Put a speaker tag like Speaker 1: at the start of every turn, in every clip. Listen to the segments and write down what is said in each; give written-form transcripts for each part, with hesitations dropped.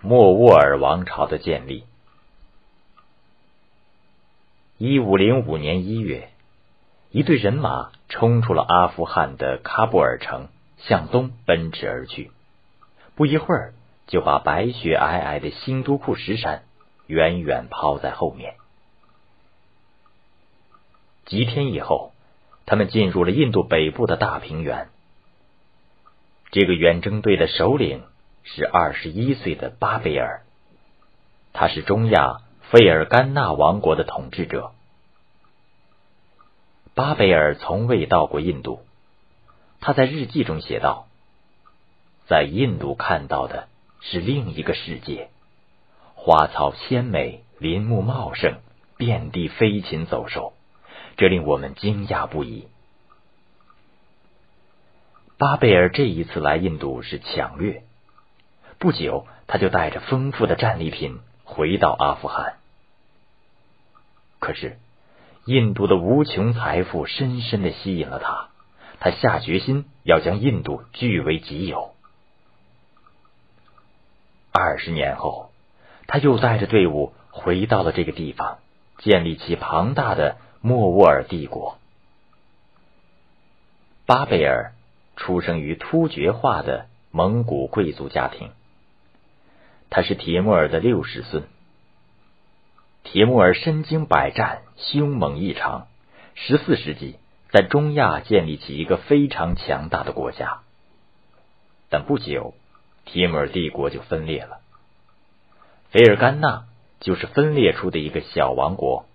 Speaker 1: 莫卧儿王朝的建立。1505年1月，一队人马冲出了阿富汗的喀布尔城，向东奔驰而去。不一会儿，就把白雪皑皑的新都库什山远远抛在后面。几天以后，他们进入了印度北部的大平原。这个远征队的首领是21岁的巴贝尔，他是中亚费尔干纳王国的统治者。巴贝尔从未到过印度，他在日记中写道：在印度看到的是另一个世界，花草鲜美，林木茂盛，遍地飞禽走兽，这令我们惊讶不已。巴贝尔这一次来印度是抢掠，不久他就带着丰富的战利品回到阿富汗。可是印度的无穷财富深深地吸引了他，他下决心要将印度据为己有。20年后，他又带着队伍回到了这个地方，建立起庞大的莫卧儿帝国。巴贝尔出生于突厥化的蒙古贵族家庭，他是铁木儿的6世孙。铁木儿身经百战，凶猛异常，14世纪在中亚建立起一个非常强大的国家。但不久，铁木儿帝国就分裂了。费尔干纳就是分裂出的一个小王国。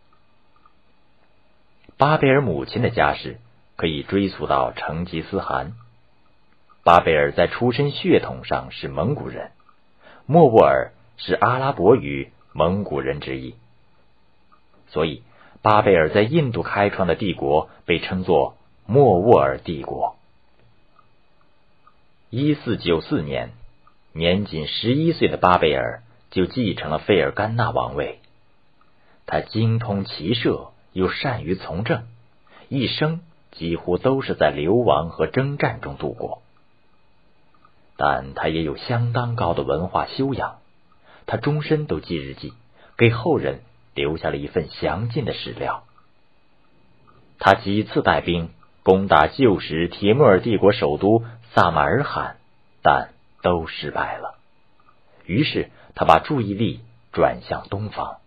Speaker 1: 巴贝尔母亲的家世可以追溯到成吉思汗。巴贝尔在出身血统上是蒙古人，莫卧儿是阿拉伯语蒙古人之一，所以巴贝尔在印度开创的帝国被称作莫卧儿帝国。1494年，年仅11岁的巴贝尔就继承了费尔干纳王位。他精通骑射，又善于从政，一生几乎都是在流亡和征战中度过。但他也有相当高的文化修养，他终身都记日记，给后人留下了一份详尽的史料。他几次带兵攻打旧时铁木儿帝国首都萨马尔罕，但都失败了。于是他把注意力转向东方。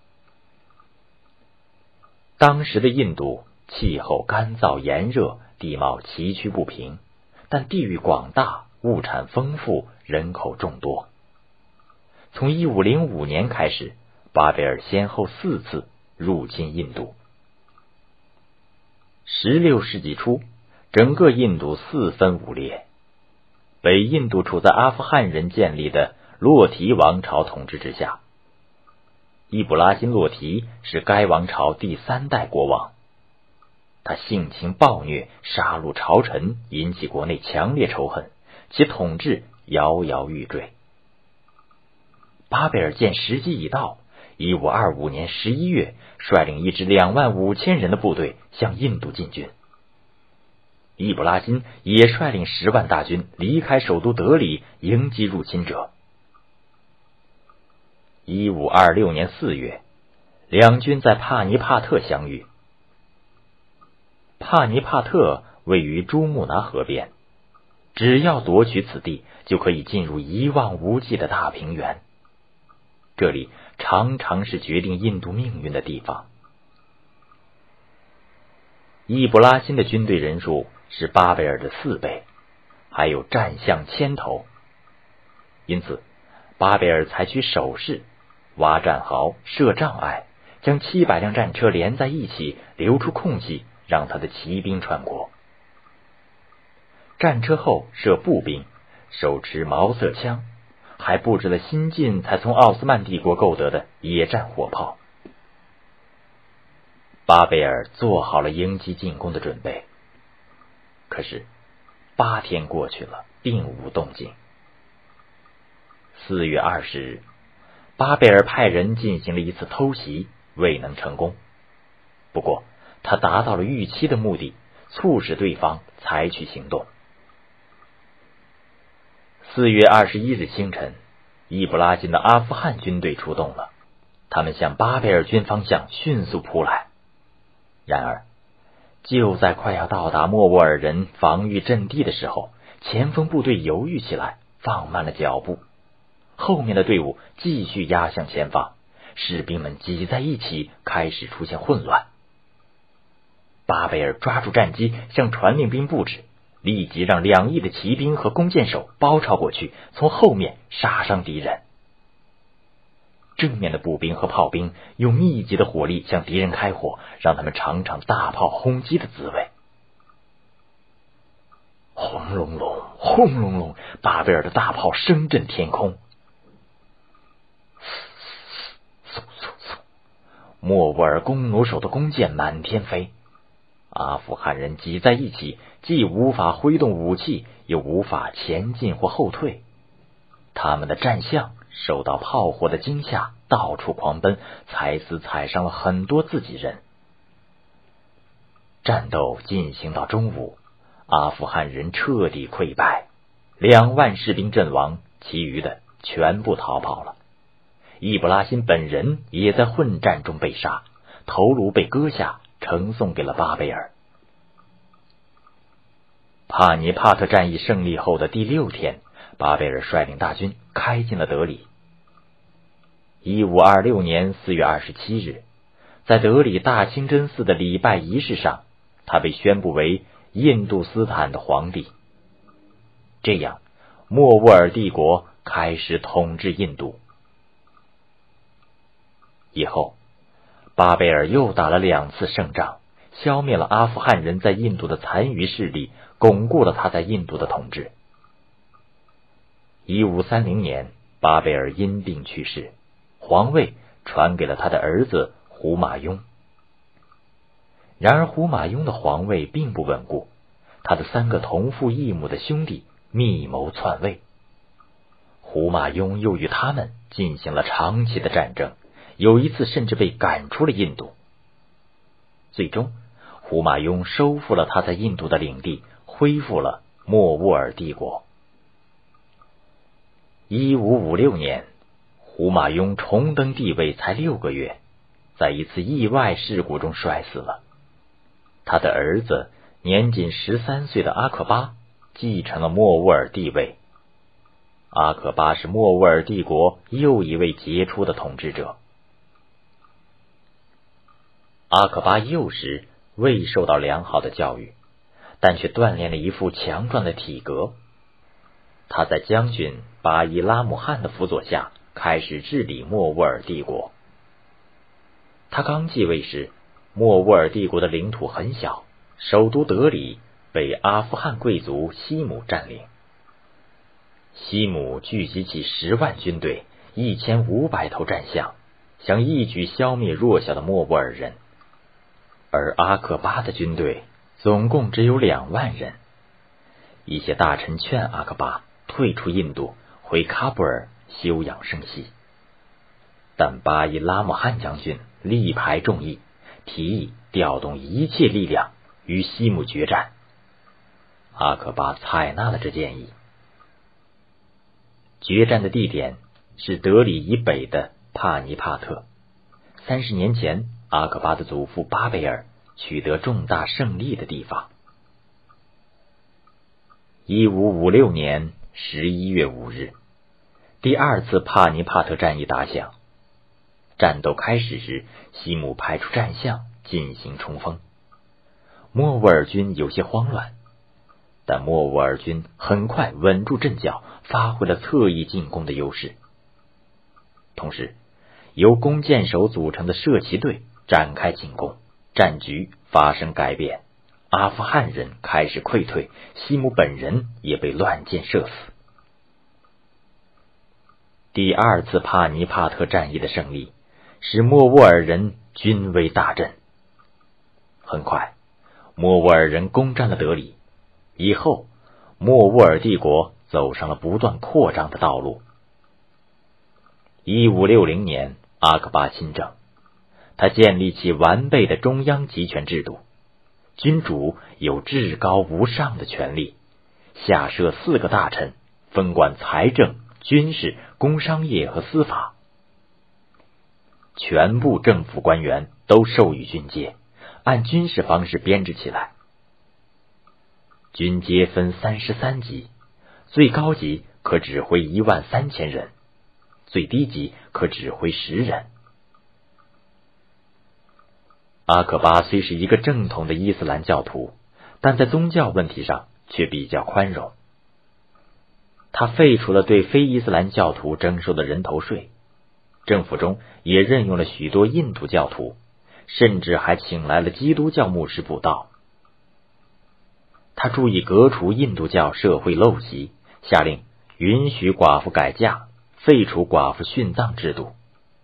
Speaker 1: 当时的印度气候干燥炎热，地貌崎岖不平，但地域广大，物产丰富，人口众多。从1505年开始，巴贝尔先后4次入侵印度。16世纪初，整个印度4分5裂，北印度处在阿富汗人建立的洛提王朝统治之下。易卜拉欣·洛提是该王朝第3代国王，他性情暴虐，杀戮朝臣，引起国内强烈仇恨，其统治摇摇欲坠。巴贝尔见时机已到，1525年11月，率领一支25000人的部队向印度进军。易卜拉欣也率领10万大军离开首都德里，迎击入侵者。1526年4月，两军在帕尼帕特相遇。帕尼帕特位于珠穆拿河边，只要夺取此地，就可以进入一望无际的大平原。这里常常是决定印度命运的地方。易卜拉欣的军队人数是巴贝尔的4倍，还有战象1000头。因此巴贝尔采取守势，挖战壕，设障碍，将700辆战车连在一起，留出空隙让他的骑兵穿过。战车后设步兵，手持毛瑟枪，还布置了新近才从奥斯曼帝国购得的野战火炮。巴贝尔做好了迎击进攻的准备，可是8天过去了，并无动静。4月20日，巴贝尔派人进行了一次偷袭，未能成功。不过他达到了预期的目的，促使对方采取行动。4月21日清晨， 易卜拉欣的阿富汗军队出动了，他们向巴贝尔军方向迅速扑来。然而，就在快要到达莫卧尔人防御阵地的时候，前锋部队犹豫起来，放慢了脚步。后面的队伍继续压向前方，士兵们挤在一起，开始出现混乱。巴贝尔抓住战机，向传令兵布置，立即让2翼的骑兵和弓箭手包抄过去，从后面杀伤敌人。正面的步兵和炮兵用密集的火力向敌人开火，让他们尝尝大炮轰击的滋味。轰隆隆，轰隆隆，巴贝尔的大炮声震天空。嗖嗖嗖，莫卧尔弓弩手的弓箭满天飞。阿富汗人挤在一起，既无法挥动武器，又无法前进或后退。他们的战象受到炮火的惊吓，到处狂奔，踩死踩伤了很多自己人。战斗进行到中午，阿富汗人彻底溃败，2万士兵阵亡，其余的全部逃跑了。易卜拉欣本人也在混战中被杀，头颅被割下，呈送给了巴贝尔。帕尼帕特战役胜利后的第6天，巴贝尔率领大军开进了德里。1526年4月27日，在德里大清真寺的礼拜仪式上，他被宣布为印度斯坦的皇帝。这样，莫卧尔帝国开始统治印度。以后，巴贝尔又打了2次胜仗，消灭了阿富汗人在印度的残余势力，巩固了他在印度的统治。1530年，巴贝尔因病去世，皇位传给了他的儿子胡马雍。然而胡马雍的皇位并不稳固，他的3个同父异母的兄弟密谋篡位。胡马雍又与他们进行了长期的战争，有一次甚至被赶出了印度。最终，胡马雍收复了他在印度的领地，恢复了莫卧尔帝国。1556年，胡马雍重登帝位才6个月，在一次意外事故中摔死了。他的儿子年仅13岁的阿克巴继承了莫卧尔帝位。阿克巴是莫卧尔帝国又一位杰出的统治者。阿克巴幼时未受到良好的教育，但却锻炼了一副强壮的体格。他在将军巴伊拉姆汗的辅佐下，开始治理莫卧尔帝国。他刚继位时，莫卧尔帝国的领土很小，首都德里被阿富汗贵族西姆占领。西姆聚集起10万军队，1500头战象，想一举消灭弱小的莫卧尔人。而阿克巴的军队总共只有2万人。一些大臣劝阿克巴退出印度，回喀布尔休养生息，但巴伊拉姆汗将军力排众议，提议调动一切力量与西姆决战。阿克巴采纳了这建议。决战的地点是德里以北的帕尼帕特。30年前，阿克巴的祖父巴贝尔取得重大胜利的地方。1556年11月5日，第2次帕尼帕特战役打响。战斗开始时，西姆派出战象进行冲锋。莫卧尔军有些慌乱，但莫卧尔军很快稳住阵脚，发挥了侧翼进攻的优势。同时，由弓箭手组成的射骑队展开进攻，战局发生改变。阿富汗人开始溃退，西姆本人也被乱箭射死。第2次帕尼帕特战役的胜利使莫卧尔人军威大振。很快，莫卧尔人攻占了德里，以后莫卧尔帝国走上了不断扩张的道路。1560年，阿克巴亲政，他建立起完备的中央集权制度，君主有至高无上的权力，下设4个大臣，分管财政、 军事、工商业和司法，全部政府官员都授予军阶，按军事方式编制起来。军阶分33级，最高级可指挥13000人，最低级可指挥10人。阿克巴虽是一个正统的伊斯兰教徒，但在宗教问题上却比较宽容。他废除了对非伊斯兰教徒征收的人头税，政府中也任用了许多印度教徒，甚至还请来了基督教牧师布道。他注意革除印度教社会陋习，下令允许寡妇改嫁，废除寡妇殉葬制度。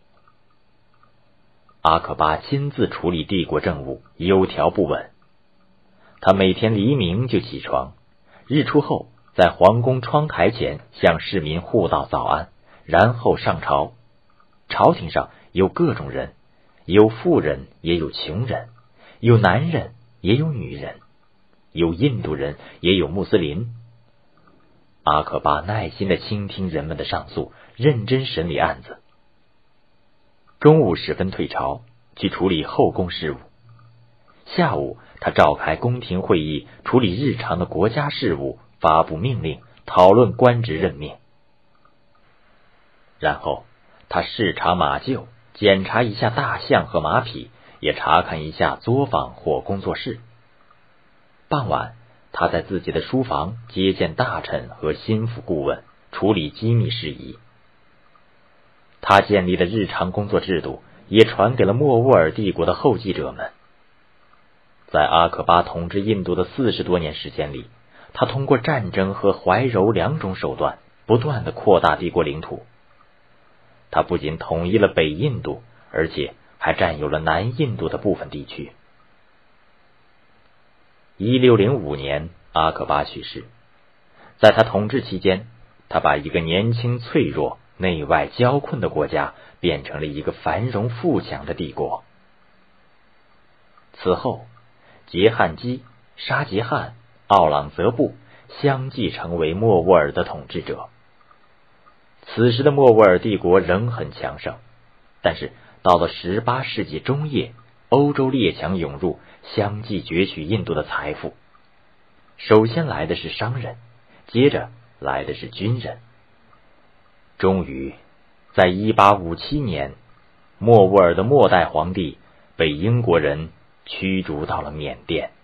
Speaker 1: 阿克巴亲自处理帝国政务，有条不紊。他每天黎明就起床，日出后在皇宫窗台前向市民互道早安，然后上朝。朝廷上有各种人，有富人也有穷人，有男人也有女人，有印度人也有穆斯林。阿克巴耐心地倾听人们的上诉，认真审理案子。中午时分退朝，去处理后宫事务。下午他召开宫廷会议，处理日常的国家事务，发布命令，讨论官职任命。然后他视察马厩，检查一下大象和马匹，也查看一下作坊或工作室。傍晚他在自己的书房接见大臣和心腹顾问，处理机密事宜。他建立的日常工作制度也传给了莫卧儿帝国的后继者们。在阿克巴统治印度的40多年时间里，他通过战争和怀柔2种手段，不断地扩大帝国领土。他不仅统一了北印度，而且还占有了南印度的部分地区。1605年，阿克巴去世。在他统治期间，他把一个年轻脆弱、内外交困的国家变成了一个繁荣富强的帝国。此后，杰汉基、沙杰汉、奥朗泽布相继成为莫卧儿的统治者。此时的莫卧儿帝国仍很强盛，但是到了18世纪中叶，欧洲列强涌入，相继攫取印度的财富。首先来的是商人，接着来的是军人。终于在1857年，莫卧儿的末代皇帝被英国人驱逐到了缅甸。